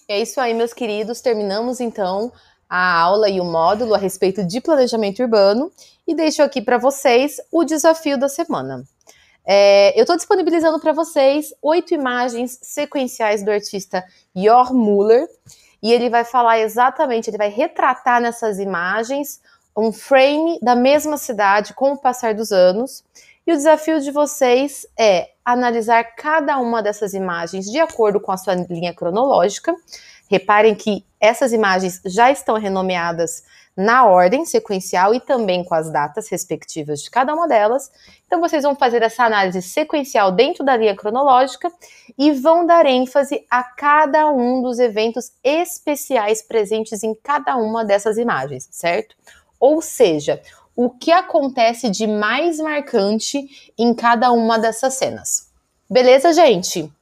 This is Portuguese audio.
É isso aí, meus queridos. Terminamos, então, a aula e o módulo a respeito de planejamento urbano e deixo aqui para vocês o desafio da semana. Eu estou disponibilizando para vocês 8 imagens sequenciais do artista Jörg Müller e ele vai falar exatamente, ele vai retratar nessas imagens um frame da mesma cidade com o passar dos anos. E o desafio de vocês é analisar cada uma dessas imagens de acordo com a sua linha cronológica. Reparem que essas imagens já estão renomeadas na ordem sequencial e também com as datas respectivas de cada uma delas. Então, vocês vão fazer essa análise sequencial dentro da linha cronológica e vão dar ênfase a cada um dos eventos especiais presentes em cada uma dessas imagens, certo? Ou seja, o que acontece de mais marcante em cada uma dessas cenas. Beleza, gente?